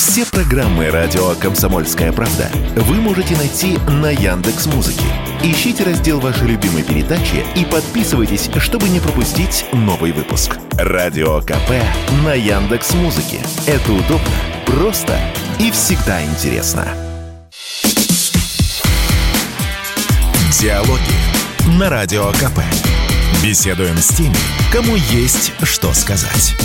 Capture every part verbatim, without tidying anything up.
Все программы радио «Комсомольская правда» вы можете найти на Яндекс.Музыке. Ищите раздел вашей любимой передачи и подписывайтесь, чтобы не пропустить новый выпуск. Радио КП на Яндекс.Музыке. Это удобно, просто и всегда интересно. Диалоги на Радио КП. Беседуем с теми, кому есть что сказать.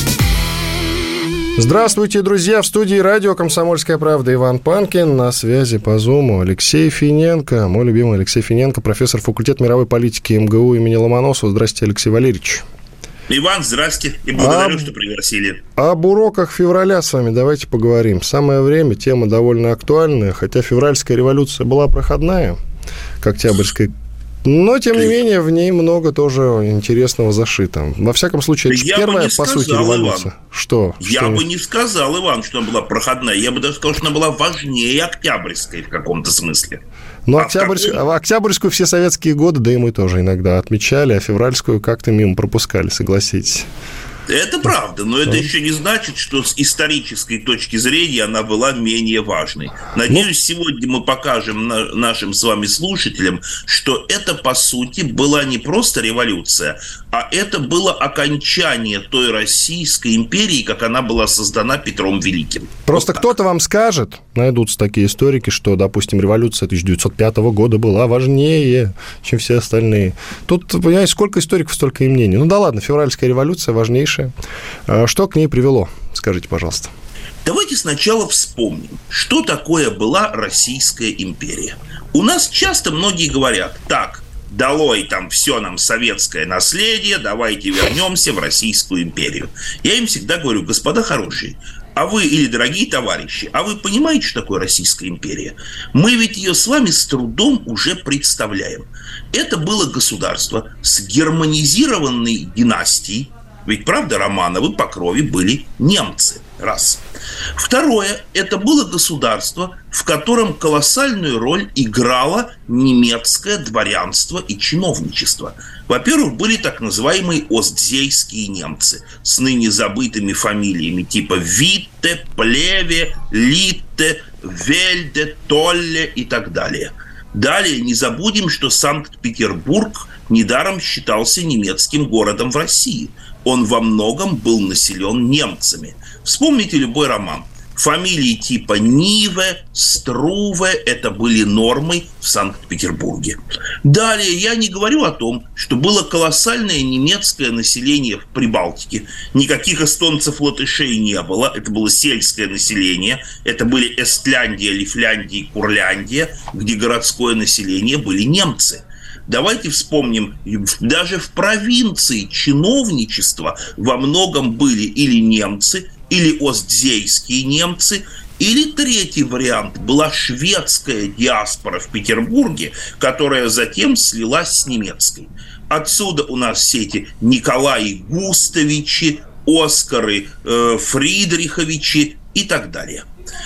Здравствуйте, друзья! В студии радио «Комсомольская правда» Иван Панкин. На связи по Зуму Алексей Финенко. Мой любимый Алексей Финенко, профессор факультета мировой политики МГУ имени Ломоносова. Здравствуйте, Алексей Валерьевич. Иван, здрасте. И благодарю, об... что пригласили. Об уроках февраля с вами давайте поговорим. Самое время, тема довольно актуальная. Хотя февральская революция была проходная, к октябрьской. Но, тем не менее, в ней много тоже интересного зашито. Во всяком случае, это я первая, по сказал, сути, революция. Иван. Что? Я что бы не сказал, Иван, что она была проходная. Я бы даже сказал, что она была важнее октябрьской в каком-то смысле. Ну, а октябрьскую, каком... октябрьскую все советские годы, да и мы тоже иногда отмечали, а февральскую как-то мимо пропускали, согласитесь. Это правда, но это еще не значит, что с исторической точки зрения она была менее важной. Надеюсь, сегодня мы покажем нашим с вами слушателям, что это, по сути, была не просто революция, а это было окончание той Российской империи, как она была создана Петром Великим. Просто вот кто-то вам скажет, найдутся такие историки, что, допустим, революция тысяча девятьсот пятого года была важнее, чем все остальные. Тут, понимаете, сколько историков, столько и мнений. Ну да ладно, февральская революция важнейшая. Что к ней привело? Скажите, пожалуйста. Давайте сначала вспомним, что такое была Российская империя. У нас часто многие говорят: так, долой там все нам советское наследие, давайте вернемся в Российскую империю. Я им всегда говорю: господа хорошие, а вы, или дорогие товарищи, а вы понимаете, что такое Российская империя? Мы ведь ее с вами с трудом уже представляем. Это было государство с германизированной династией. Ведь, правда, Романовы по крови были немцы. Раз. Второе. Это было государство, в котором колоссальную роль играло немецкое дворянство и чиновничество. Во-первых, были так называемые остзейские немцы с ныне забытыми фамилиями типа Витте, Плеве, Литте, Вельде, Толле и так далее. Далее не забудем, что Санкт-Петербург недаром считался немецким городом в России. Он во многом был населен немцами. Вспомните любой роман. Фамилии типа Ниве, Струве – это были нормой в Санкт-Петербурге. Далее я не говорю о том, что было колоссальное немецкое население в Прибалтике. Никаких эстонцев-латышей не было. Это было сельское население. Это были Эстляндия, Лифляндия и Курляндия, где городское население были немцы. Давайте вспомним, даже в провинции чиновничества во многом были или немцы, или остзейские немцы, или третий вариант, была шведская диаспора в Петербурге, которая затем слилась с немецкой. Отсюда у нас все эти Николаи Густавичи, Оскары э, Фридриховичи и так далее.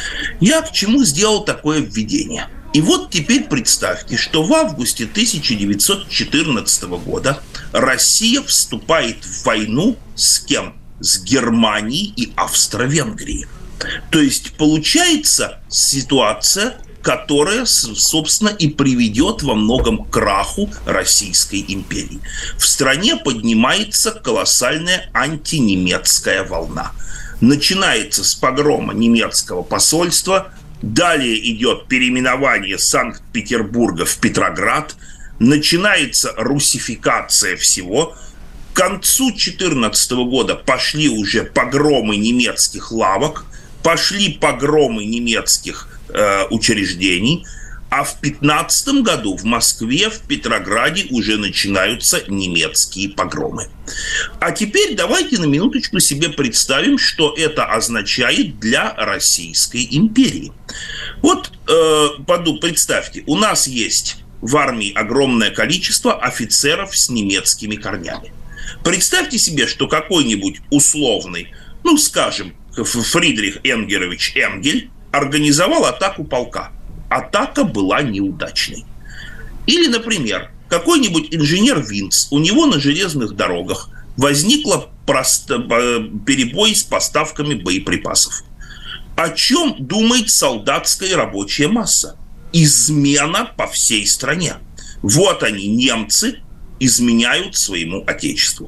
Я к чему сделал такое введение? И вот теперь представьте, что в августе тысяча девятьсот четырнадцатого года Россия вступает в войну с кем? С Германией и Австро-Венгрией. То есть получается ситуация, которая, собственно, и приведет во многом к краху Российской империи. В стране поднимается колоссальная антинемецкая волна. Начинается с погрома немецкого посольства. Далее идет переименование Санкт-Петербурга в Петроград. Начинается русификация всего. К концу две тысячи четырнадцатого года пошли уже погромы немецких лавок, пошли погромы немецких э, учреждений. А в две тысячи пятнадцатом году в Москве, в Петрограде уже начинаются немецкие погромы. А теперь давайте на минуточку себе представим, что это означает для Российской империи. Вот э, поду, представьте, у нас есть в армии огромное количество офицеров с немецкими корнями. Представьте себе, что какой-нибудь условный, ну, скажем, Фридрих Энгерович Энгель организовал атаку полка. Атака была неудачной. Или, например, какой-нибудь инженер Винц, у него на железных дорогах возникла просто... перебой с поставками боеприпасов. О чем думает солдатская и рабочая масса? Измена по всей стране. Вот они, немцы, изменяют своему отечеству.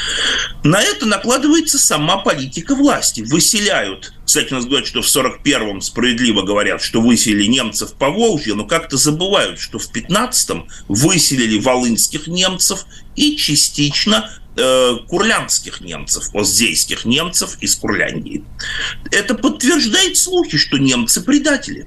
На это накладывается сама политика власти. Выселяют. Кстати, у нас говорят, что в сорок первом справедливо говорят, что выселили немцев по Волжье, но как-то забывают, что в пятнадцатом выселили волынских немцев и частично э, курляндских немцев, оздзейских немцев из Курляндии. Это подтверждает слухи, что немцы предатели.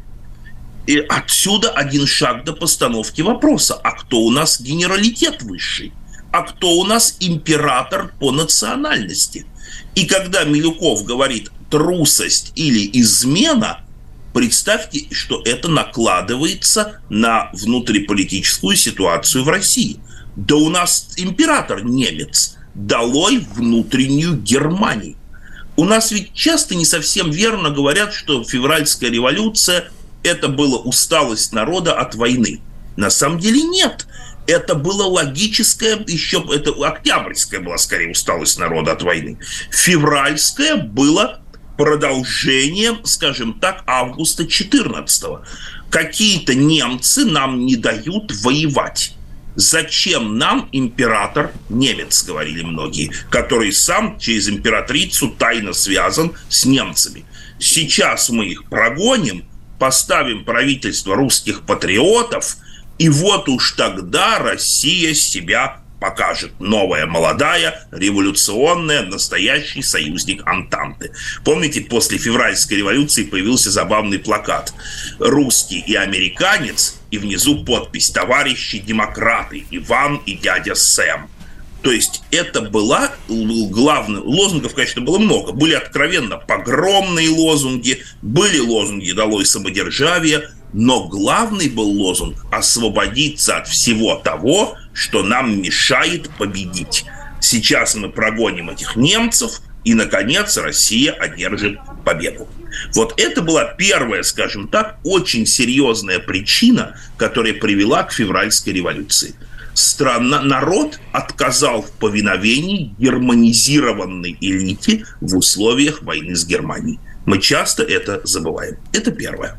И отсюда один шаг до постановки вопроса: а кто у нас генералитет высший? А кто у нас император по национальности? И когда Милюков говорит трусость или измена, представьте, что это накладывается на внутриполитическую ситуацию в России. Да у нас император немец, долой внутреннюю Германию. У нас ведь часто не совсем верно говорят, что февральская революция – это была усталость народа от войны. На самом деле нет. Это было логическое, еще это октябрьская была скорее усталость народа от войны. Февральская было продолжение, скажем так, августа четырнадцатого. Какие-то немцы нам не дают воевать. Зачем нам император немец, говорили многие, который сам через императрицу тайно связан с немцами. Сейчас мы их прогоним, поставим правительство русских патриотов, и вот уж тогда Россия себя покажет. Новая, молодая, революционная, настоящий союзник Антанты. Помните, после февральской революции появился забавный плакат: русский и американец, и внизу подпись: товарищи демократы, Иван и дядя Сэм. То есть это была главная... Лозунгов, конечно, было много. Были откровенно погромные лозунги, были лозунги «Долой самодержавие», но главный был лозунг «Освободиться от всего того, что нам мешает победить». Сейчас мы прогоним этих немцев, и, наконец, Россия одержит победу. Вот это была первая, скажем так, очень серьезная причина, которая привела к февральской революции. Страна, народ отказал в повиновении германизированной элите в условиях войны с Германией. Мы часто это забываем. Это первое.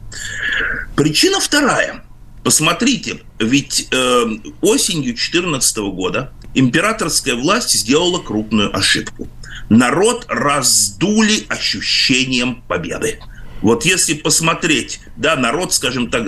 Причина вторая. Посмотрите, ведь э, осенью две тысячи четырнадцатого года императорская власть сделала крупную ошибку. Народ раздули ощущением победы. Вот если посмотреть, да, народ, скажем так,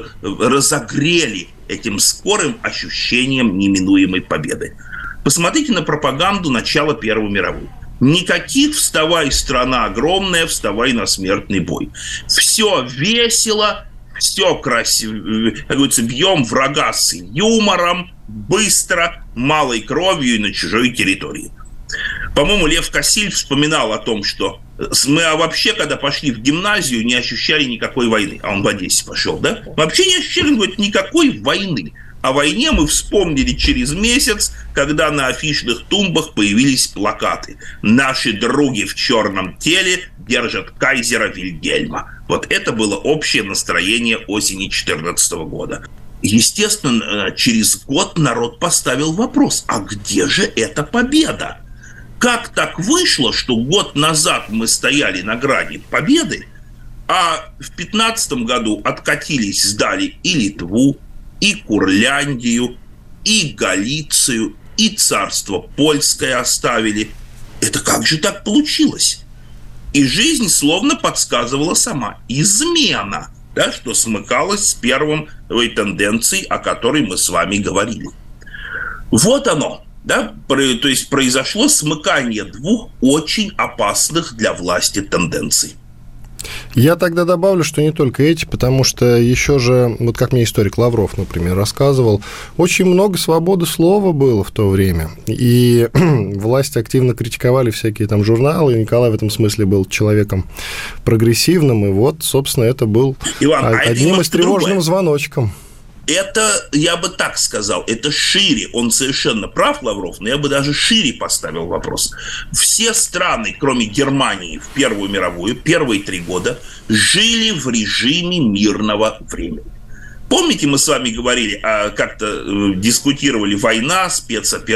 разогрели этим скорым ощущением неминуемой победы. Посмотрите на пропаганду начала Первой мировой. Никаких «вставай, страна огромная, вставай на смертный бой». Все весело, все красиво, как говорится, бьем врага с юмором, быстро, малой кровью и на чужой территории. По-моему, Лев Кассиль вспоминал о том, что мы а вообще, когда пошли в гимназию, не ощущали никакой войны. А он в Одессе пошел, да? Вообще не ощущали, говорит, никакой войны. О войне мы вспомнили через месяц, когда на афишных тумбах появились плакаты: «Наши други в черном теле держат кайзера Вильгельма». Вот это было общее настроение осени две тысячи четырнадцатого года. Естественно, через год народ поставил вопрос: а где же эта победа? Как так вышло, что год назад мы стояли на грани победы, а в пятнадцатом году откатились, сдали и Литву, и Курляндию, и Галицию, и царство польское оставили? Это как же так получилось? И жизнь словно подсказывала сама: измена, да, что смыкалось с первой тенденцией, о которой мы с вами говорили. Вот оно. Да, то есть произошло смыкание двух очень опасных для власти тенденций. Я тогда добавлю, что не только эти, потому что еще же, вот как мне историк Лавров, например, рассказывал, очень много свободы слова было в то время, и власти активно критиковали всякие там журналы, и Николай в этом смысле был человеком прогрессивным, и вот, собственно, это был Иван, одним а из тревожным звоночком. Это, я бы так сказал, это шире. Он совершенно прав, Лавров, но я бы даже шире поставил вопрос. Все страны, кроме Германии, в Первую мировую, первые три года, жили в режиме мирного времени. Помните, мы с вами говорили, а как-то э, дискутировали война,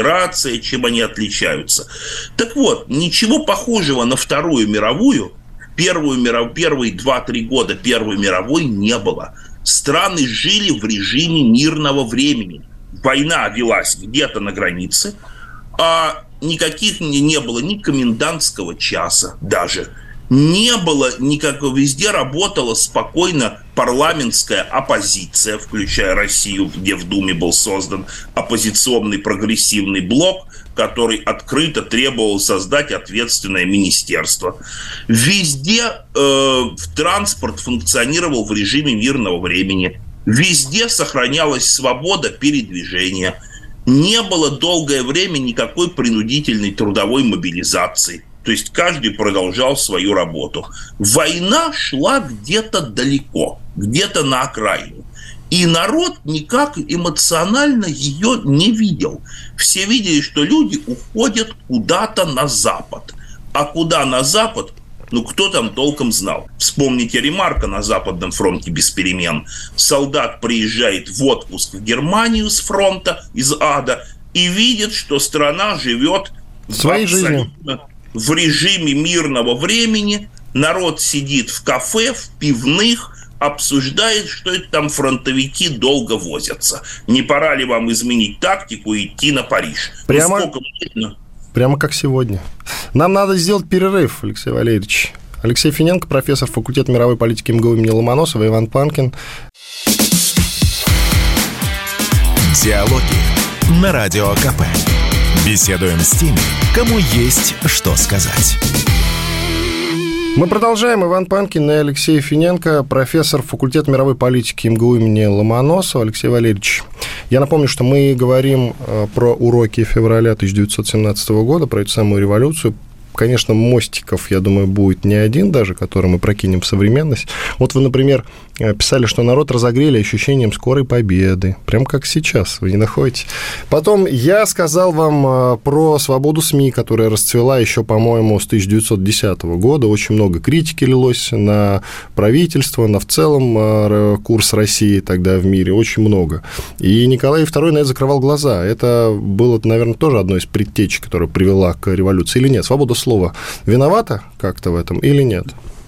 спецоперация, чем они отличаются. Так вот, ничего похожего на Вторую мировую Первую миров... Первые два-три года Первой мировой не было. Страны жили в режиме мирного времени. Война велась где-то на границе, а никаких не было ни комендантского часа даже. Не было никакого, везде работала спокойно парламентская оппозиция, включая Россию, где в Думе был создан оппозиционный прогрессивный блок, который открыто требовал создать ответственное министерство. Везде э, транспорт функционировал в режиме мирного времени. Везде сохранялась свобода передвижения. Не было долгое время никакой принудительной трудовой мобилизации. То есть каждый продолжал свою работу. Война шла где-то далеко, где-то на окраине. И народ никак эмоционально ее не видел. Все видели, что люди уходят куда-то на запад. А куда на запад? Ну, кто там толком знал? Вспомните Ремарка на Западном фронте без перемен. Солдат приезжает в отпуск в Германию с фронта, из ада, и видит, что страна живет своей жизнью. В режиме мирного времени. Народ сидит в кафе, в пивных, обсуждает, что это там фронтовики долго возятся. Не пора ли вам изменить тактику и идти на Париж? Прямо, ну, прямо как сегодня. Нам надо сделать перерыв, Алексей Валерьевич. Алексей Финенко, профессор факультета мировой политики МГУ имени Ломоносова, Иван Панкин. Диалоги на Радио КП. Беседуем с теми, кому есть что сказать. Мы продолжаем. Иван Панкин и Алексей Финенко, профессор факультета мировой политики МГУ имени Ломоносова. Алексей Валерьевич, я напомню, что мы говорим про уроки февраля тысяча девятьсот семнадцатого года, про эту самую революцию. Конечно, мостиков, я думаю, будет не один даже, который мы прокинем в современность. Вот вы, например, писали, что народ разогрели ощущением скорой победы. Прям как сейчас, вы не находите? Потом я сказал вам про свободу СМИ, которая расцвела еще, по-моему, с тысяча девятьсот десятого года. Очень много критики лилось на правительство, на в целом курс России тогда в мире. Очень много. И Николай второй на это закрывал глаза. Это было, наверное, тоже одной из предтеч, которая привела к революции. Или нет? Свобода слова виновата как-то в этом или нет?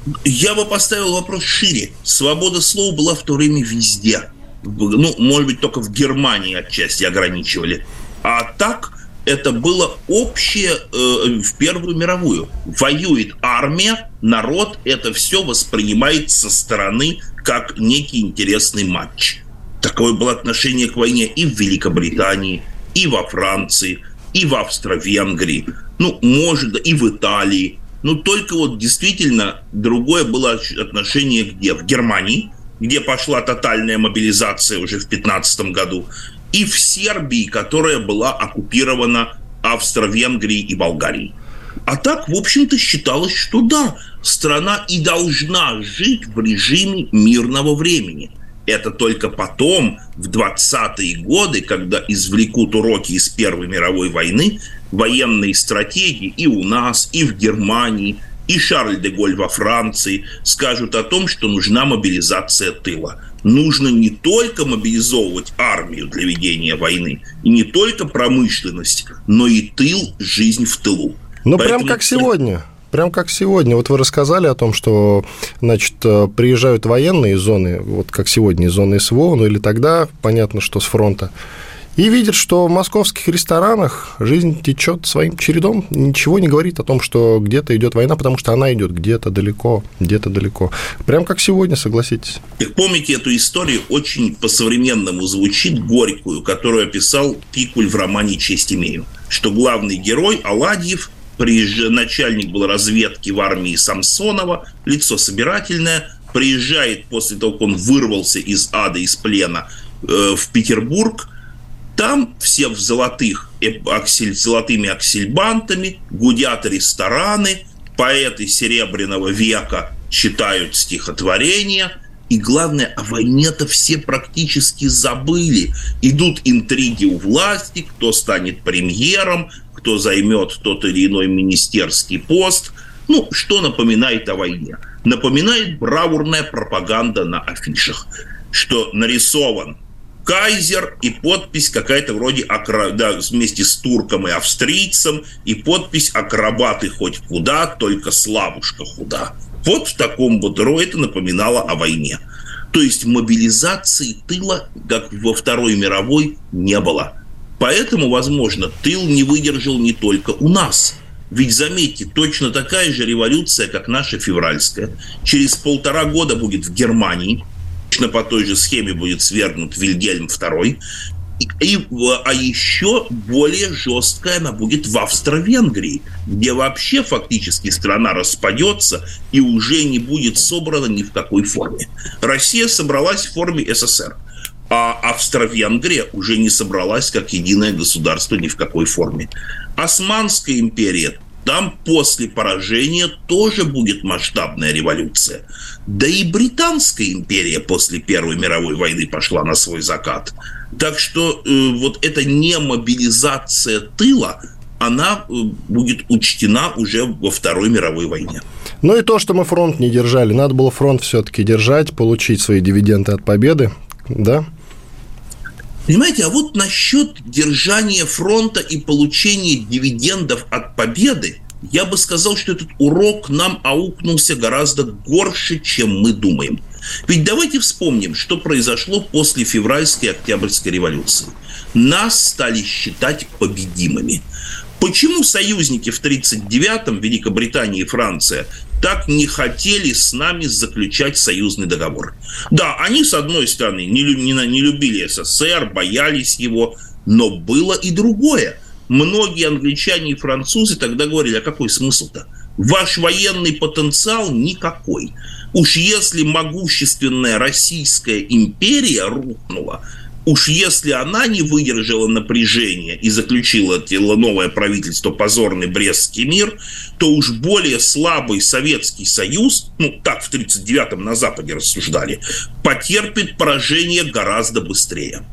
Я бы поставил вопрос шире. Свобода слова была в то время везде. Ну, может быть, только в Германии отчасти ограничивали. А так это было общее э, в Первую мировую. Воюет армия, народ это все воспринимает со стороны как некий интересный матч. Такое было отношение к войне и в Великобритании, и во Франции, и в Австро-Венгрии, ну, может, и в Италии. Но только вот действительно другое было отношение где? В Германии, где пошла тотальная мобилизация уже в пятнадцатом году, и в Сербии, которая была оккупирована Австро-Венгрией и Болгарией. А так, в общем-то, считалось, что да, страна и должна жить в режиме мирного времени. Это только потом, в двадцатые годы, когда извлекут уроки из Первой мировой войны, военные стратегии и у нас, и в Германии, и Шарль де Голль во Франции скажут о том, что нужна мобилизация тыла. Нужно не только мобилизовывать армию для ведения войны, и не только промышленность, но и тыл, жизнь в тылу. Ну, прям как сегодня. Прям как сегодня. Вот вы рассказали о том, что, значит, приезжают военные из зоны, вот как сегодня, из зоны СВО, ну или тогда, понятно, что с фронта, и видят, что в московских ресторанах жизнь течет своим чередом, ничего не говорит о том, что где-то идет война, потому что она идет где-то далеко, где-то далеко. Прям как сегодня, согласитесь. Как помните, эту историю очень по-современному звучит, горькую, которую описал Пикуль в романе «Честь имею», что главный герой Аладьев, начальник был разведки в армии Самсонова, лицо собирательное, приезжает после того, как он вырвался из ада, из плена, э, в Петербург. Там все в золотых, аксель, золотыми аксельбантами, гудят рестораны, поэты Серебряного века читают стихотворения. И главное, о войне-то все практически забыли. Идут интриги у власти, кто станет премьером, кто займет тот или иной министерский пост. Ну, что напоминает о войне? Напоминает бравурная пропаганда на афишах, что нарисован кайзер и подпись какая-то вроде акро... да, вместе с турком и австрийцем, и подпись «Акробаты хоть куда, только Славушка худа». Вот в таком вот роде это напоминало о войне. То есть мобилизации тыла, как во Второй мировой, не было. Поэтому, возможно, тыл не выдержал не только у нас. Ведь, заметьте, точно такая же революция, как наша февральская, через полтора года будет в Германии, точно по той же схеме будет свергнут Вильгельм второй, и, а еще более жесткая она будет в Австро-Венгрии, где вообще фактически страна распадется и уже не будет собрана ни в какой форме. Россия собралась в форме СССР, а Австро-Венгрия уже не собралась как единое государство ни в какой форме. Османская империя, там после поражения тоже будет масштабная революция. Да и Британская империя после Первой мировой войны пошла на свой закат. Так что э, вот эта немобилизация тыла, она э, будет учтена уже во Второй мировой войне. Ну и то, что мы фронт не держали. Надо было фронт все-таки держать, получить свои дивиденды от победы, да? Понимаете, а вот насчет держания фронта и получения дивидендов от победы, я бы сказал, что этот урок нам аукнулся гораздо горше, чем мы думаем. Ведь давайте вспомним, что произошло после февральской и октябрьской революции. Нас стали считать победимыми. Почему союзники в тридцать девятом, Великобритания и Франция, так не хотели с нами заключать союзный договор? Да, они, с одной стороны, не, не, не любили СССР, боялись его, но было и другое. Многие англичане и французы тогда говорили, а какой смысл-то? Ваш военный потенциал никакой. Уж если могущественная Российская империя рухнула, уж если она не выдержала напряжения и заключила новое правительство позорный Брестский мир, то уж более слабый Советский Союз, ну так в тридцать девятом на Западе рассуждали, потерпит поражение гораздо быстрее.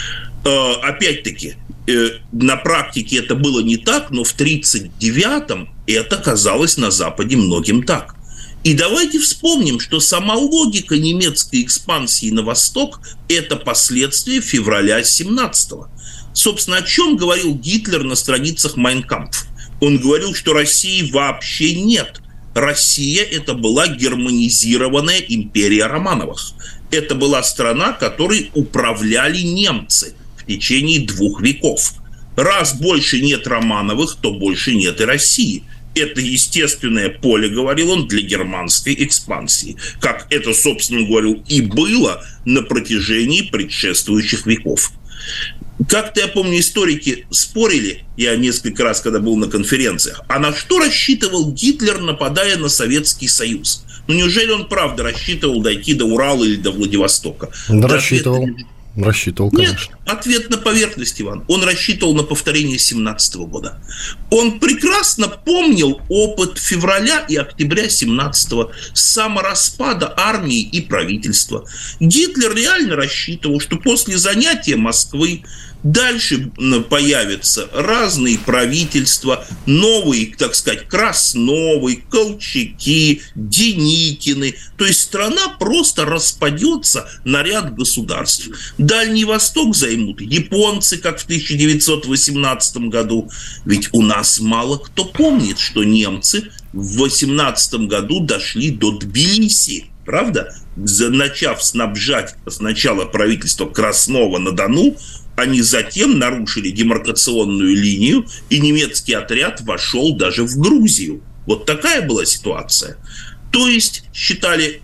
Э, опять-таки, э, на практике это было не так, но в тридцать девятом это казалось на Западе многим так. И давайте вспомним, что сама логика немецкой экспансии на восток – это последствия февраля семнадцатого. Собственно, о чем говорил Гитлер на страницах «Майн кампф»? Он говорил, что России вообще нет. Россия – это была германизированная империя Романовых. Это была страна, которой управляли немцы в течение двух веков. Раз больше нет Романовых, то больше нет и России. Это естественное поле, говорил он, для германской экспансии. Как это, собственно говоря, и было на протяжении предшествующих веков. Как-то, я помню, историки спорили, я несколько раз, когда был на конференциях, а на что рассчитывал Гитлер, нападая на Советский Союз? Ну, неужели он правда рассчитывал дойти до Урала или до Владивостока? Да, рассчитывал. Рассчитывал, конечно. Нет, ответ на поверхность, Иван. Он рассчитывал на повторение семнадцатого года. Он прекрасно помнил опыт февраля и октября семнадцатого, самораспада армии и правительства. Гитлер реально рассчитывал, что после занятия Москвы дальше появятся разные правительства, новые, так сказать, Красновы, Колчаки, Деникины. То есть страна просто распадется на ряд государств. Дальний Восток займут японцы, как в тысяча девятьсот восемнадцатом году. Ведь у нас мало кто помнит, что немцы в восемнадцатом году дошли до Тбилиси. Правда? Начав снабжать сначала правительство Краснова-на-Дону, они затем нарушили демаркационную линию, и немецкий отряд вошел даже в Грузию. Вот такая была ситуация. То есть, считали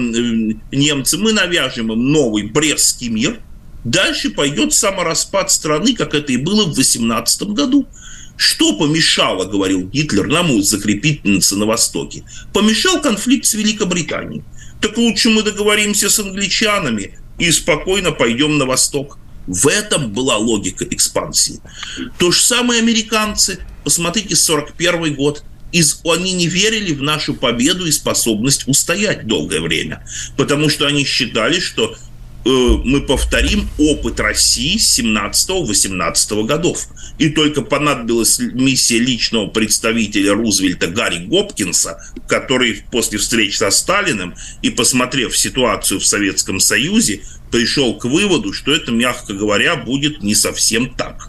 э, немцы, мы навяжем им новый Брестский мир, дальше пойдет самораспад страны, как это и было в восемнадцатом году. Что помешало, говорил Гитлер, нам закрепиться на Востоке? Помешал конфликт с Великобританией. Так лучше мы договоримся с англичанами и спокойно пойдем на Восток. В этом была логика экспансии. То же самое американцы. Посмотрите, сорок первый год. Из, они не верили в нашу победу и способность устоять долгое время. Потому что они считали, что э, мы повторим опыт России с семнадцатого-восемнадцатого годов. И только понадобилась миссия личного представителя Рузвельта Гарри Гопкинса, который после встреч со Сталиным и посмотрев ситуацию в Советском Союзе, пришел к выводу, что это, мягко говоря, будет не совсем так.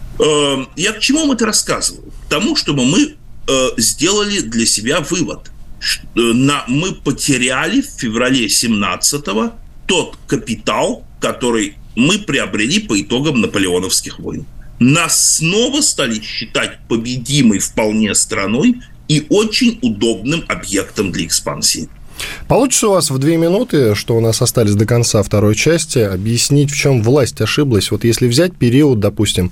Я к чему вам это рассказываю? К тому, чтобы мы сделали для себя вывод. мы потеряли в феврале семнадцатого тот капитал, который мы приобрели по итогам наполеоновских войн. Нас снова стали считать победимой вполне страной и очень удобным объектом для экспансии. Получится у вас в две минуты, что у нас остались до конца второй части, объяснить, в чем власть ошиблась? Вот если взять период, допустим,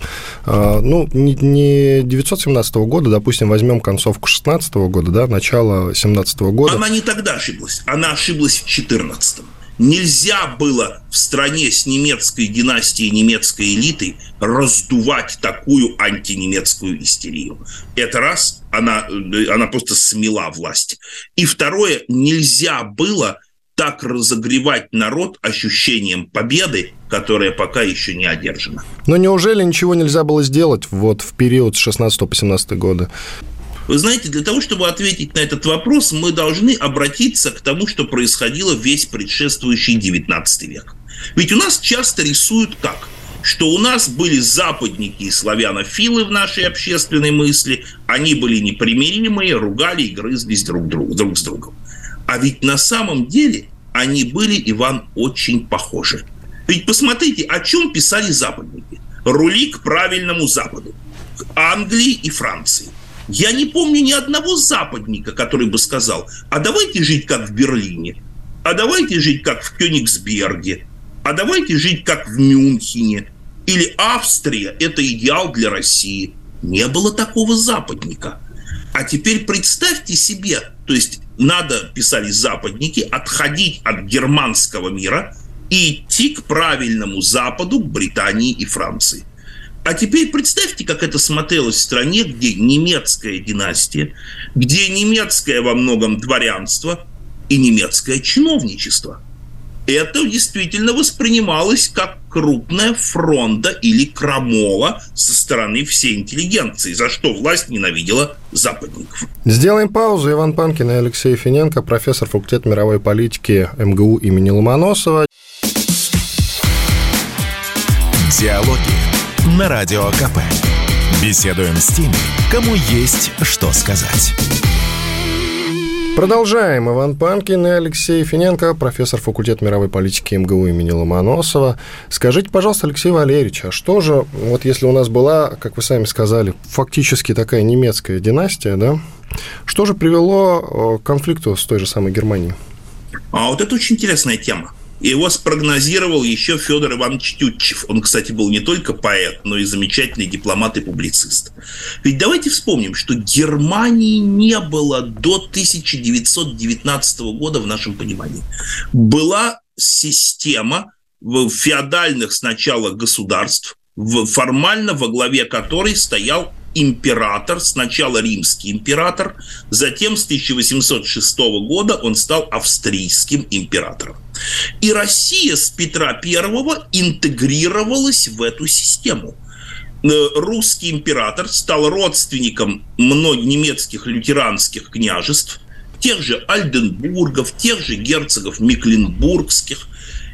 ну, не девятьсот семнадцатого года, допустим, возьмем концовку шестнадцатого года, да, начало семнадцатого года. Она не тогда ошиблась, она ошиблась в четырнадцатом. Нельзя было в стране с немецкой династией, немецкой элитой раздувать такую антинемецкую истерию. Это раз, она, она просто смела власть. И второе, нельзя было так разогревать народ ощущением победы, которая пока еще не одержана. Но неужели ничего нельзя было сделать вот в период с шестнадцатого по семнадцатый годы? Вы знаете, для того, чтобы ответить на этот вопрос, мы должны обратиться к тому, что происходило весь предшествующий девятнадцатый век. Ведь у нас часто рисуют как? Что у нас были западники и славянофилы в нашей общественной мысли, они были непримиримые, ругали и грызлись друг, друг, друг с другом. А ведь на самом деле они были, Иван, очень похожи. Ведь посмотрите, о чем писали западники. Рули к правильному Западу, к Англии и Франции. Я не помню ни одного западника, который бы сказал: а давайте жить как в Берлине, а давайте жить как в Кёнигсберге, а давайте жить как в Мюнхене, или Австрия – это идеал для России. Не было такого западника. А теперь представьте себе, то есть надо, писали западники, отходить от германского мира и идти к правильному Западу, к Британии и Франции. А теперь представьте, как это смотрелось в стране, где немецкая династия, где немецкое во многом дворянство и немецкое чиновничество. Это действительно воспринималось как крупная фронта или крамола со стороны всей интеллигенции, за что власть ненавидела западников. Сделаем паузу. Иван Панкин и Алексей Финенко, профессор факультета мировой политики эм гэ у имени Ломоносова. Диалоги на Радио ка пэ. Беседуем с теми, кому есть что сказать. Продолжаем. Иван Панкин и Алексей Финенко, профессор факультета мировой политики эм гэ у имени Ломоносова. Скажите, пожалуйста, Алексей Валерьевич, а что же, вот если у нас была, как вы сами сказали, фактически такая немецкая династия, да, что же привело к конфликту с той же самой Германией? А вот это очень интересная тема. Его спрогнозировал еще Федор Иванович Тютчев. Он, кстати, был не только поэт, но и замечательный дипломат и публицист. Ведь давайте вспомним, что Германии не было до тысяча девятьсот девятнадцатого года в нашем понимании. Была система феодальных сначала государств, формально во главе которой стоял император, сначала римский император, затем с тысяча восемьсот шестого года он стал австрийским императором. И Россия с Петра Первого интегрировалась в эту систему. Русский император стал родственником многих немецких лютеранских княжеств, тех же Ольденбургов, тех же герцогов Мекленбургских.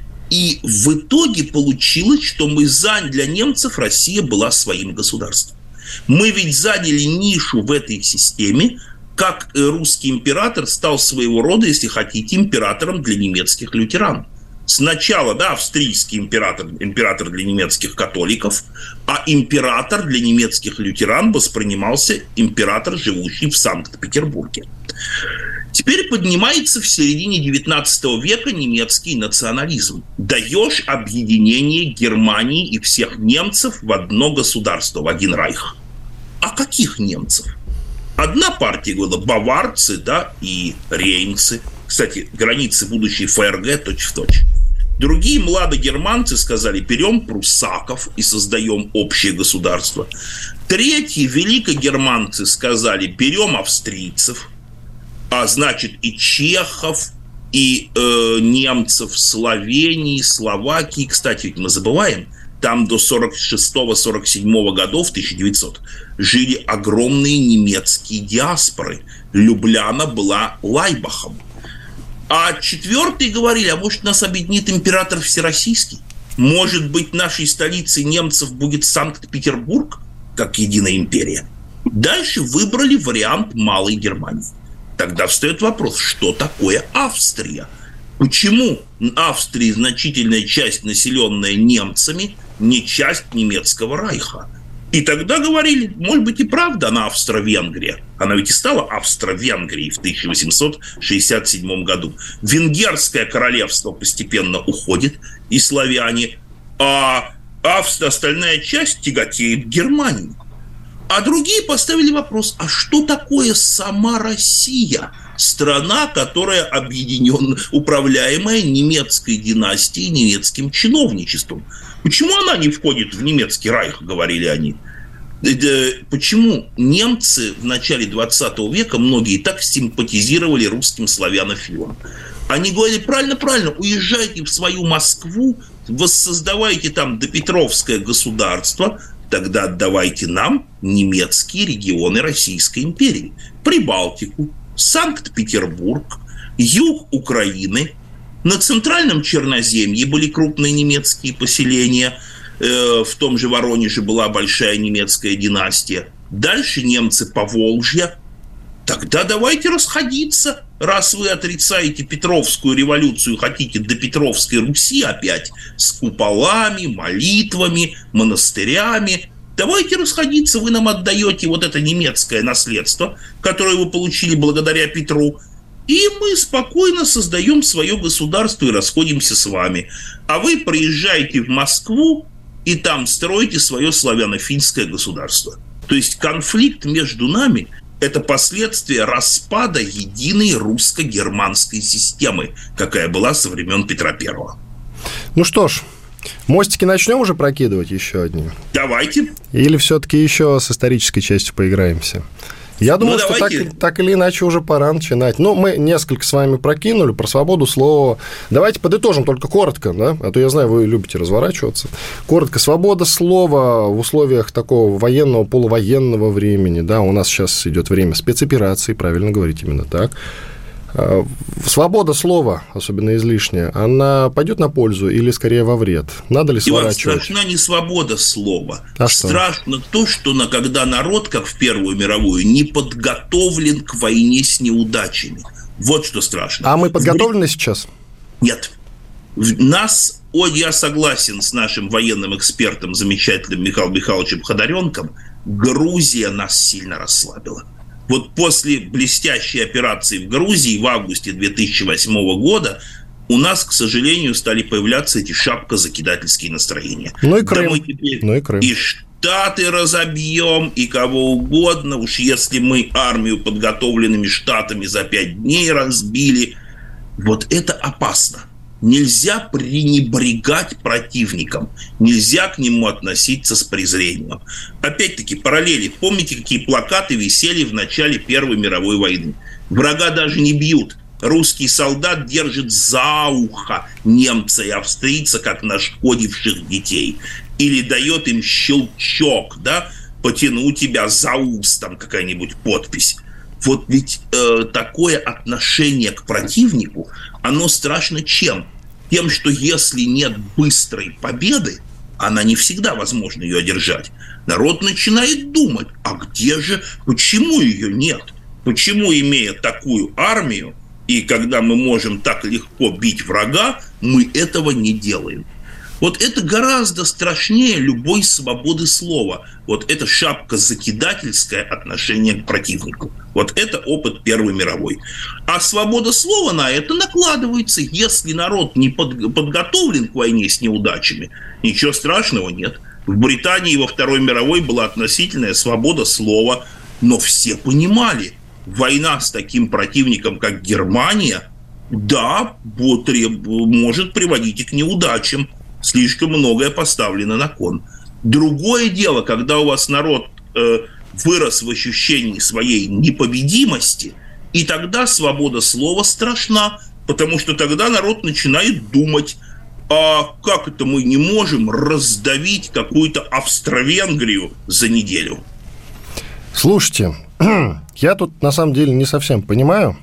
И в итоге получилось, что мы заняли, для немцев Россия была своим государством. Мы ведь заняли нишу в этой системе, как русский император стал своего рода, если хотите, императором для немецких лютеран. Сначала, да, австрийский император, император для немецких католиков, а император для немецких лютеран воспринимался император, живущий в Санкт-Петербурге. Теперь поднимается в середине девятнадцатого века немецкий национализм. Даешь объединение Германии и всех немцев в одно государство, в один райх. А каких немцев? Одна партия говорила баварцы, да, и рейнцы. Кстати, границы будущей эф эр гэ точь-в-точь. Другие младогерманцы сказали: берем пруссаков и создаем общее государство. Третьи великогерманцы сказали: берем австрийцев, а значит и чехов, и э, немцев Словении, Словакии. Кстати, ведь мы забываем, там до сорок шестого — сорок седьмого годов, тысяча девятисотого, жили огромные немецкие диаспоры. Любляна была Лайбахом. А четвертые говорили: а может, нас объединит император Всероссийский? Может быть, нашей столицей немцев будет Санкт-Петербург, как единая империя? Дальше выбрали вариант Малой Германии. Тогда встает вопрос, что такое Австрия? Почему Австрия, значительная часть, населенная немцами, не часть немецкого райха? И тогда говорили, может быть, и правда она Австро-Венгрия. Она ведь и стала Австро-Венгрией в тысяча восемьсот шестьдесят седьмом году. Венгерское королевство постепенно уходит, и славяне, а Австрия, остальная часть, тяготеет к Германии. А другие поставили вопрос, а что такое сама Россия? Страна, которая объединена, управляемая немецкой династией, немецким чиновничеством. Почему она не входит в немецкий райх, говорили они. Почему немцы в начале двадцатого века, многие так симпатизировали русским славянофилам? Они говорили, правильно-правильно, уезжайте в свою Москву, воссоздавайте там допетровское государство, тогда отдавайте нам немецкие регионы Российской империи. Прибалтику, Санкт-Петербург, юг Украины. На Центральном Черноземье были крупные немецкие поселения. Э, в том же Воронеже была большая немецкая династия. Дальше немцы Поволжья. Тогда давайте расходиться. Раз вы отрицаете Петровскую революцию, хотите до Петровской Руси опять с куполами, молитвами, монастырями, давайте расходиться, вы нам отдаете вот это немецкое наследство, которое вы получили благодаря Петру, и мы спокойно создаем свое государство и расходимся с вами. А вы приезжаете в Москву и там строите свое славяно-финское государство. То есть конфликт между нами – это последствия распада единой русско-германской системы, какая была со времен Петра Первого. Ну что ж, мостики начнем уже прокидывать еще одни? Давайте. Или все-таки еще с исторической частью поиграемся? Я думаю, ну, что так, так или иначе уже пора начинать. Ну, мы несколько с вами прокинули про свободу слова. Давайте подытожим только коротко, да? А то я знаю, вы любите разворачиваться. Коротко. Свобода слова в условиях такого военного, полувоенного времени. Да, у нас сейчас идет время спецопераций, правильно говорить именно так. Свобода слова, особенно излишняя, она пойдет на пользу или скорее во вред? Надо ли сворачивать? Иван, страшна не свобода слова. А страшно что? то, что на, когда народ, как в Первую мировую, не подготовлен к войне с неудачами. Вот что страшно. А мы подготовлены в... сейчас? Нет. Нас, о, я согласен с нашим военным экспертом, замечательным Михаилом Михайловичем Ходоренком, Грузия нас сильно расслабила. Вот после блестящей операции в Грузии в августе две тысячи восьмого года у нас, к сожалению, стали появляться эти шапкозакидательские настроения. Ну и Крым. Да мы теперь ну и Крым. И Штаты разобьем, и кого угодно. Уж если мы армию подготовленными Штатами за пять дней разбили, вот это опасно. Нельзя пренебрегать противником, нельзя к нему относиться с презрением. Опять-таки, параллели. Помните, какие плакаты висели в начале Первой мировой войны? Врага даже не бьют. Русский солдат держит за ухо немца и австрийца, как нашкодивших детей. Или дает им щелчок, да, потяну тебя за ус, там какая-нибудь подпись. Вот ведь э, такое отношение к противнику, оно страшно чем? Тем, что если нет быстрой победы, она не всегда возможно ее одержать. Народ начинает думать, а где же, почему ее нет? Почему, имея такую армию, и когда мы можем так легко бить врага, мы этого не делаем? Вот это гораздо страшнее любой свободы слова. Вот это шапкозакидательское отношение к противнику. Вот это опыт Первой мировой. А свобода слова на это накладывается. Если народ не под, подготовлен к войне с неудачами, ничего страшного нет. В Британии во Второй мировой была относительная свобода слова. Но все понимали, война с таким противником, как Германия, да, может приводить и к неудачам. Слишком многое поставлено на кон. Другое дело, когда у вас народ э, вырос в ощущении своей непобедимости, и тогда свобода слова страшна, потому что тогда народ начинает думать, а как это мы не можем раздавить какую-то Австро-Венгрию за неделю? Слушайте, я тут на самом деле не совсем понимаю.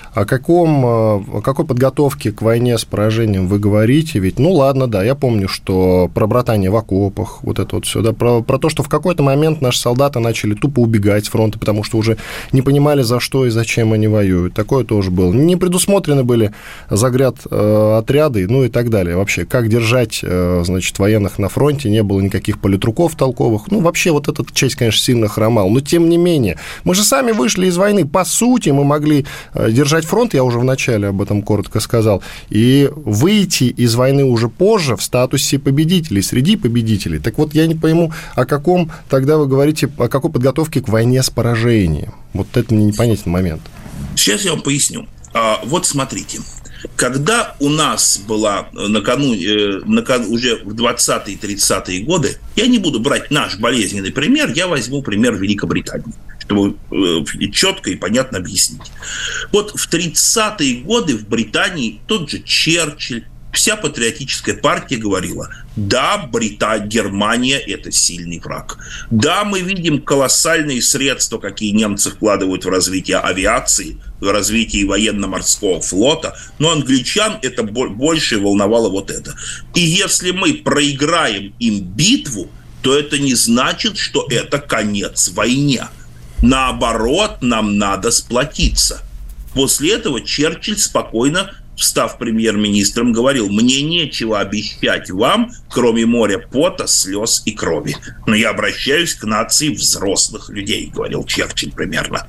о, каком, о какой подготовке к войне с поражением вы говорите? Ведь, ну ладно, да, я помню, что про братание в окопах, вот это вот все, да, про, про то, что в какой-то момент наши солдаты начали тупо убегать с фронта, потому что уже не понимали, за что и зачем они воюют. Такое тоже было. Не предусмотрены были загряд э, отряды, ну и так далее. Вообще, как держать, э, значит, военных на фронте, не было никаких политруков толковых. Ну, вообще, вот эта часть, конечно, сильно хромала. Но, тем не менее, мы же сами вышли из войны. По сути, мы могли держать фронт, я уже вначале об этом коротко сказал, и выйти из войны уже позже в статусе победителей, среди победителей. Так вот, я не пойму, о каком тогда вы говорите, о какой подготовке к войне с поражением. Вот это мне непонятен момент. Сейчас я вам поясню. Вот смотрите. Когда у нас была накануне, накануне уже в двадцатые-тридцатые годы, я не буду брать наш болезненный пример, я возьму пример Великобритании, чтобы четко и понятно объяснить. Вот в тридцатые годы в Британии тот же Черчилль, вся патриотическая партия говорила: да, Британия, Германия – это сильный враг. Да, мы видим колоссальные средства, какие немцы вкладывают в развитие авиации, в развитие военно-морского флота, но англичан это больше волновало вот это. И если мы проиграем им битву, то это не значит, что это конец войне. Наоборот, нам надо сплотиться. После этого Черчилль спокойно, став премьер-министром, говорил: мне нечего обещать вам, кроме моря пота, слез и крови. Но я обращаюсь к нации взрослых людей, говорил Черчилль примерно.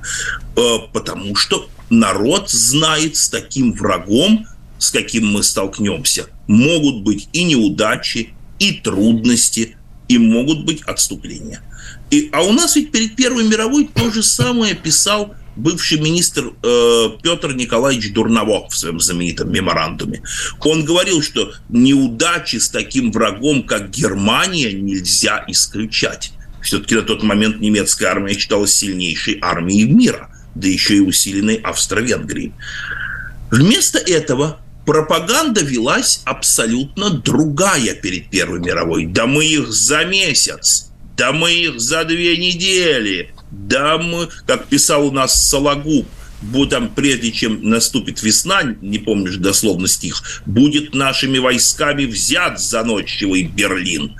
Потому что народ знает, с таким врагом, с каким мы столкнемся, могут быть и неудачи, и трудности, и могут быть отступления. И, а у нас ведь перед Первой мировой то же самое писал бывший министр э, Петр Николаевич Дурново в своем знаменитом меморандуме. Он говорил, что неудачи с таким врагом, как Германия, нельзя исключать. Все-таки на тот момент немецкая армия считалась сильнейшей армией мира, да еще и усиленной Австро-Венгрией. Вместо этого пропаганда велась абсолютно другая перед Первой мировой. Да мы их за месяц, да мы их за две недели, да мы, как писал у нас Сологуб, там, прежде чем наступит весна, не помнишь дословно стих, будет нашими войсками взят заносчивый Берлин.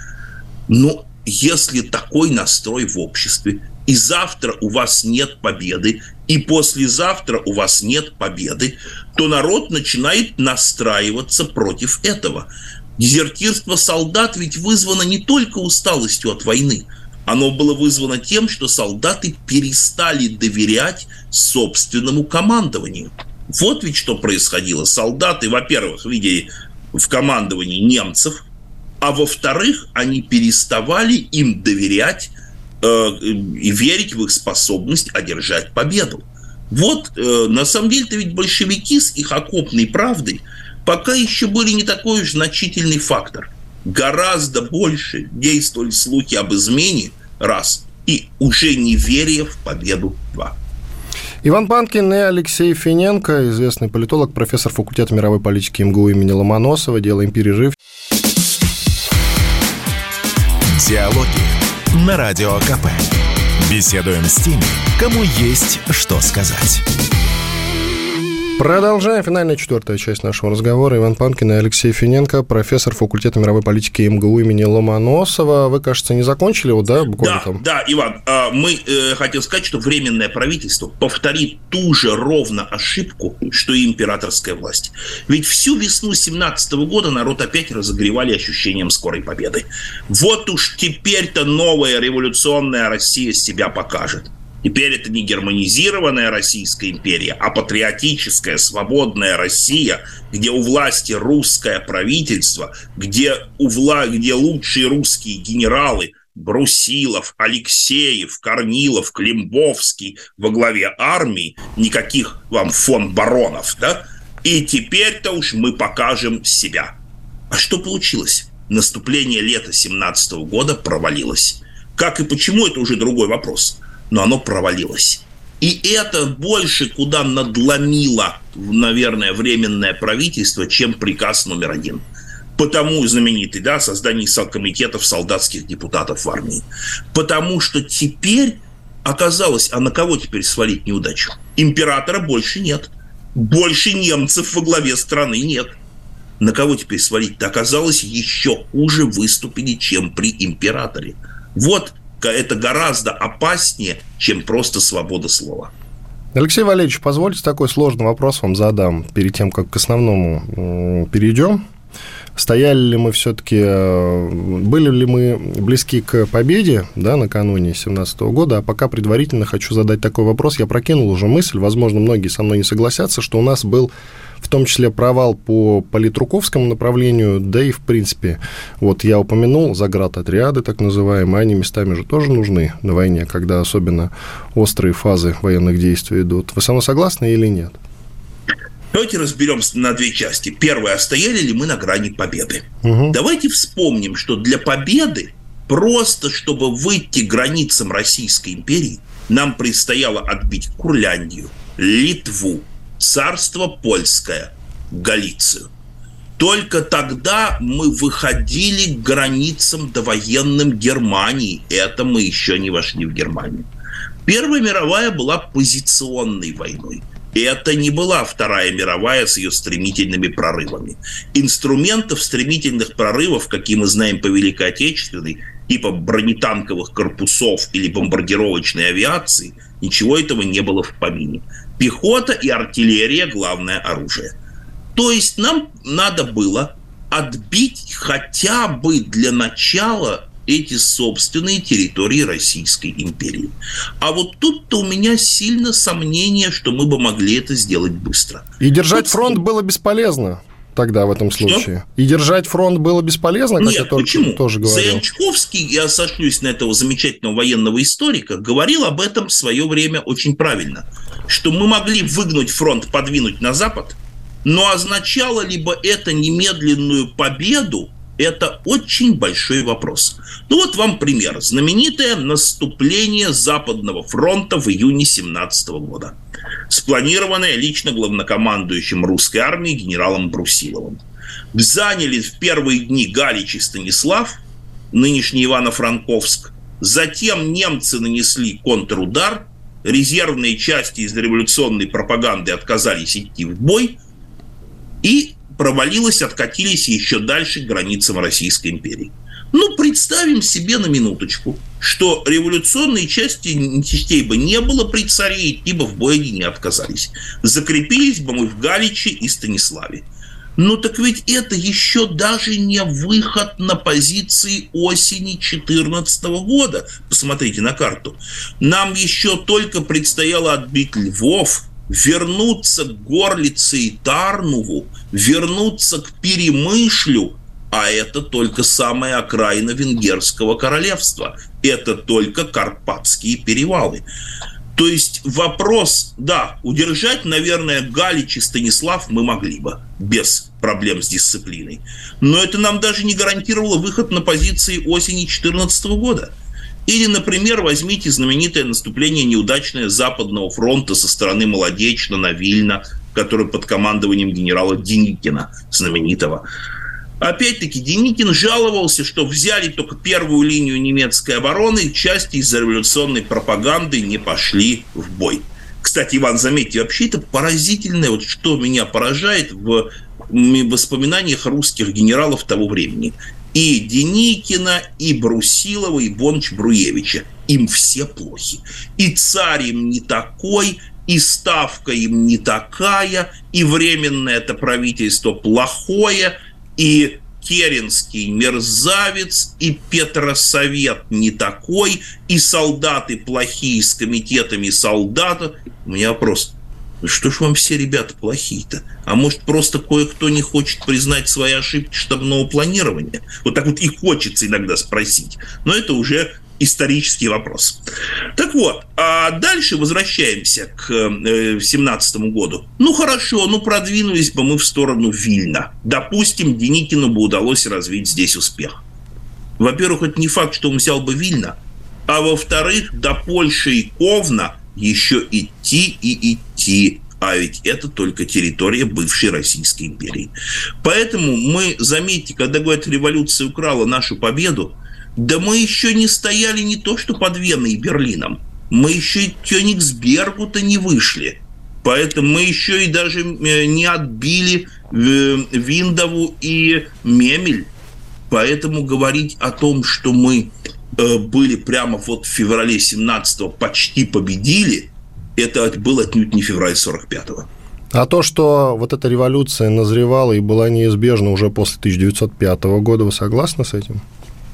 Но если такой настрой в обществе, и завтра у вас нет победы, и послезавтра у вас нет победы, то народ начинает настраиваться против этого. Дезертирство солдат ведь вызвано не только усталостью от войны. Оно было вызвано тем, что солдаты перестали доверять собственному командованию. Вот ведь что происходило. Солдаты, во-первых, видели в командовании немцев, а во-вторых, они переставали им доверять э, и верить в их способность одержать победу. Вот, э, на самом деле-то ведь большевики с их окопной правдой пока еще были не такой уж значительный фактор. Гораздо больше действовали слухи об измене, раз, и уже неверие в победу, два. Иван Панкин и Алексей Финенко, известный политолог, профессор факультета мировой политики МГУ имени Ломоносова. Делаем перерыв. Диалоги на Радио КП. Беседуем с теми, кому есть что сказать. Продолжаем. Финальная четвертая часть нашего разговора. Иван Панкин и Алексей Финенко, профессор факультета мировой политики МГУ имени Ломоносова. Вы, кажется, не закончили его, да? Буквально да, там? да, Иван, мы э, хотел сказать, что Временное правительство повторит ту же ровно ошибку, что и императорская власть. Ведь всю весну семнадцатого года народ опять разогревали ощущением скорой победы. Вот уж теперь-то новая революционная Россия себя покажет. Теперь это не германизированная Российская империя, а патриотическая, свободная Россия, где у власти русское правительство, где, у вла... где лучшие русские генералы Брусилов, Алексеев, Корнилов, Климбовский во главе армии, никаких вам фон баронов, да? И теперь-то уж мы покажем себя. А что получилось? Наступление лета семнадцатого года провалилось. Как и почему, это уже другой вопрос. Но оно провалилось. И это больше куда надломило, наверное, Временное правительство, чем приказ номер один. Потому знаменитый, да, создание комитетов солдатских депутатов в армии. Потому что теперь оказалось, а на кого теперь свалить неудачу? Императора больше нет. Больше немцев во главе страны нет. На кого теперь свалить-то? Оказалось, еще хуже выступили, чем при императоре. Вот это гораздо опаснее, чем просто свобода слова. Алексей Валерьевич, позвольте такой сложный вопрос вам задам перед тем, как к основному перейдем. Стояли ли мы все-таки, были ли мы близки к победе, да, накануне семнадцатого года, а пока предварительно хочу задать такой вопрос. Я прокинул уже мысль, возможно, многие со мной не согласятся, что у нас был в том числе провал по политруковскому направлению, да и, в принципе, вот я упомянул заградотряды, так называемые, они местами же тоже нужны на войне, когда особенно острые фазы военных действий идут. Вы со мной согласны или нет? Давайте разберемся на две части. Первое, стояли ли мы на грани победы? Угу. Давайте вспомним, что для победы, просто чтобы выйти к границам Российской империи, нам предстояло отбить Курляндию, Литву, Царство Польское, Галицию. Только тогда мы выходили к границам довоенным Германии. Это мы еще не вошли в Германию. Первая мировая была позиционной войной. Это не была Вторая мировая с ее стремительными прорывами. Инструментов стремительных прорывов, какие мы знаем по Великой Отечественной, типа бронетанковых корпусов или бомбардировочной авиации, ничего этого не было в помине. Пехота и артиллерия – главное оружие. То есть нам надо было отбить хотя бы для начала эти собственные территории Российской империи. А вот тут-то у меня сильно сомнение, что мы бы могли это сделать быстро. И держать тут... фронт было бесполезно тогда в этом случае. Что? И держать фронт было бесполезно, как Нет, я только почему? тоже говорил. Заянчковский, я сошлюсь на этого замечательного военного историка, говорил об этом в свое время очень правильно, что мы могли выгнуть фронт, подвинуть на запад, но означало ли бы это немедленную победу? Это очень большой вопрос. Ну вот вам пример. Знаменитое наступление Западного фронта в июне семнадцатого года. Спланированное лично главнокомандующим русской армии генералом Брусиловым. Заняли в первые дни Галич и Станислав, нынешний Ивано-Франковск. Затем немцы нанесли контрудар. Резервные части из революционной пропаганды отказались идти в бой. И провалилось, откатились еще дальше к границам Российской империи. Ну, представим себе на минуточку, что революционные части, частей бы не было при царе, идти бы в бой они не отказались. Закрепились бы мы в Галиче и Станиславе. Ну, так ведь это еще даже не выход на позиции осени четырнадцатого года. Посмотрите на карту. Нам еще только предстояло отбить Львов, вернуться к Горлице и Тарнуву, вернуться к Перемышлю, а это только самая окраина Венгерского королевства. Это только Карпатские перевалы. То есть вопрос, да, удержать, наверное, Галич и Станислав мы могли бы, без проблем с дисциплиной. Но это нам даже не гарантировало выход на позиции осени две тысячи четырнадцатого года. Или, например, возьмите знаменитое наступление неудачное Западного фронта со стороны Молодечно на Вильно, которое под командованием генерала Деникина, знаменитого. Опять-таки, Деникин жаловался, что взяли только первую линию немецкой обороны, части из-за революционной пропаганды не пошли в бой. Кстати, Иван, заметьте, вообще это поразительное, вот что меня поражает в воспоминаниях русских генералов того времени. И Деникина, и Брусилова, и Бонч-Бруевича. Им все плохи. И царь им не такой, и ставка им не такая, и временное это правительство плохое, и Керенский мерзавец, и Петросовет не такой, и солдаты плохие с комитетами солдатов. У меня вопрос. Что ж вам все ребята плохие-то? А может, просто кое-кто не хочет признать свои ошибки штабного планирования? Вот так вот и хочется иногда спросить. Но это уже исторический вопрос. Так вот, а дальше возвращаемся к семнадцатому году. Ну, хорошо, ну, продвинулись бы мы в сторону Вильна. Допустим, Деникину бы удалось развить здесь успех. Во-первых, это не факт, что он взял бы Вильно. А во-вторых, до Польши и Ковна еще идти и идти. А ведь это только территория бывшей Российской империи. Поэтому мы, заметьте, когда говорят, революция украла нашу победу, да мы еще не стояли не то что под Веной и Берлином, мы еще и Кёнигсбергу-то не вышли. Поэтому мы еще и даже не отбили Виндову и Мемель. Поэтому говорить о том, что мы были прямо вот в феврале семнадцатого почти победили, это был отнюдь не февраль сорок пятого. А то, что вот эта революция назревала и была неизбежна уже после тысяча девятьсот пятого года, вы согласны с этим?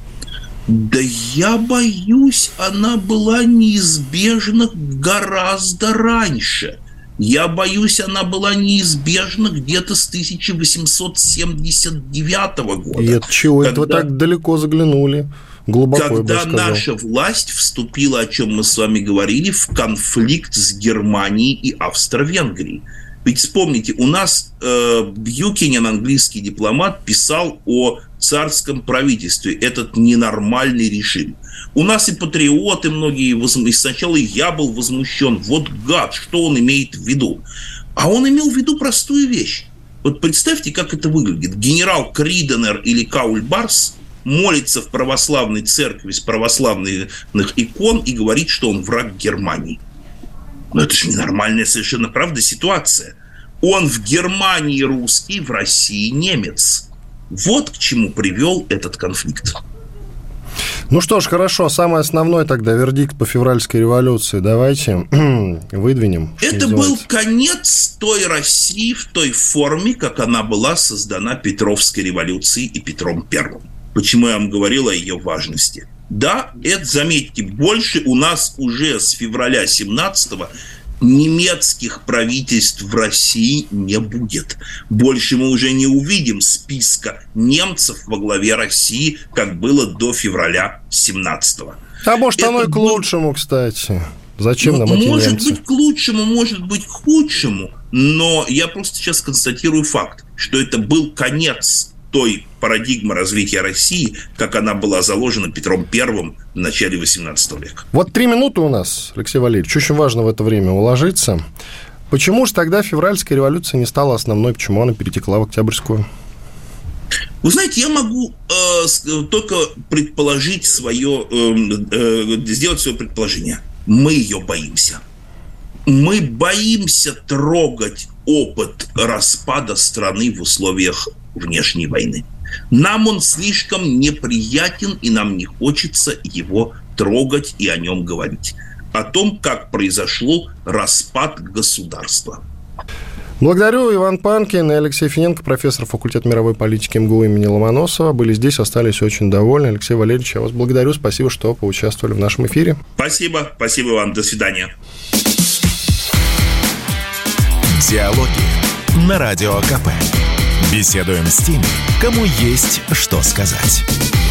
Да я боюсь, она была неизбежна гораздо раньше. Я боюсь, она была неизбежна где-то с тысяча восемьсот семьдесят девятого года. И от чего когда, это вы так далеко заглянули? Глубоко, когда наша власть вступила, о чем мы с вами говорили, в конфликт с Германией и Австро-Венгрией. Ведь вспомните, у нас э, Бьюкенен, английский дипломат, писал о царском правительстве, этот ненормальный режим. У нас и патриоты многие, и сначала я был возмущен. Вот гад, что он имеет в виду? А он имел в виду простую вещь. Вот представьте, как это выглядит. Генерал Криденер или Каульбарс молится в православной церкви с православных икон и говорит, что он враг Германии. Но это же ненормальная совершенно, правда, ситуация. Он в Германии русский, в России немец. Вот к чему привел этот конфликт. Ну что ж, хорошо. Самый основной тогда вердикт по февральской революции. Давайте выдвинем. Это был конец той России в той форме, как она была создана Петровской революцией и Петром Первым. Почему я вам говорил о ее важности? Да, это, заметьте, больше у нас уже с февраля семнадцатого немецких правительств в России не будет. Больше мы уже не увидим списка немцев во главе России, как было до февраля семнадцатого. А может, это оно и к был... лучшему, кстати. Зачем ну, нам эти может немцы? Может быть, к лучшему, может быть, к худшему. Но я просто сейчас констатирую факт, что это был конец той парадигмы развития России, как она была заложена Петром Первым в начале восемнадцатого века. Вот три минуты у нас, Алексей Валерьевич. Очень важно в это время уложиться. Почему же тогда февральская революция не стала основной? Почему она перетекла в октябрьскую? Вы знаете, я могу э, только предположить свое, э, э, сделать свое предположение. Мы ее боимся. Мы боимся трогать опыт распада страны в условиях внешней войны. Нам он слишком неприятен, и нам не хочется его трогать и о нем говорить. О том, как произошел распад государства. Благодарю. Иван Панкин и Алексей Финенко, профессор факультета мировой политики МГУ имени Ломоносова. Были здесь, остались очень довольны. Алексей Валерьевич, я вас благодарю. Спасибо, что поучаствовали в нашем эфире. Спасибо. Спасибо вам. До свидания. Диалоги на Радио КП. Беседуем с теми, кому есть что сказать.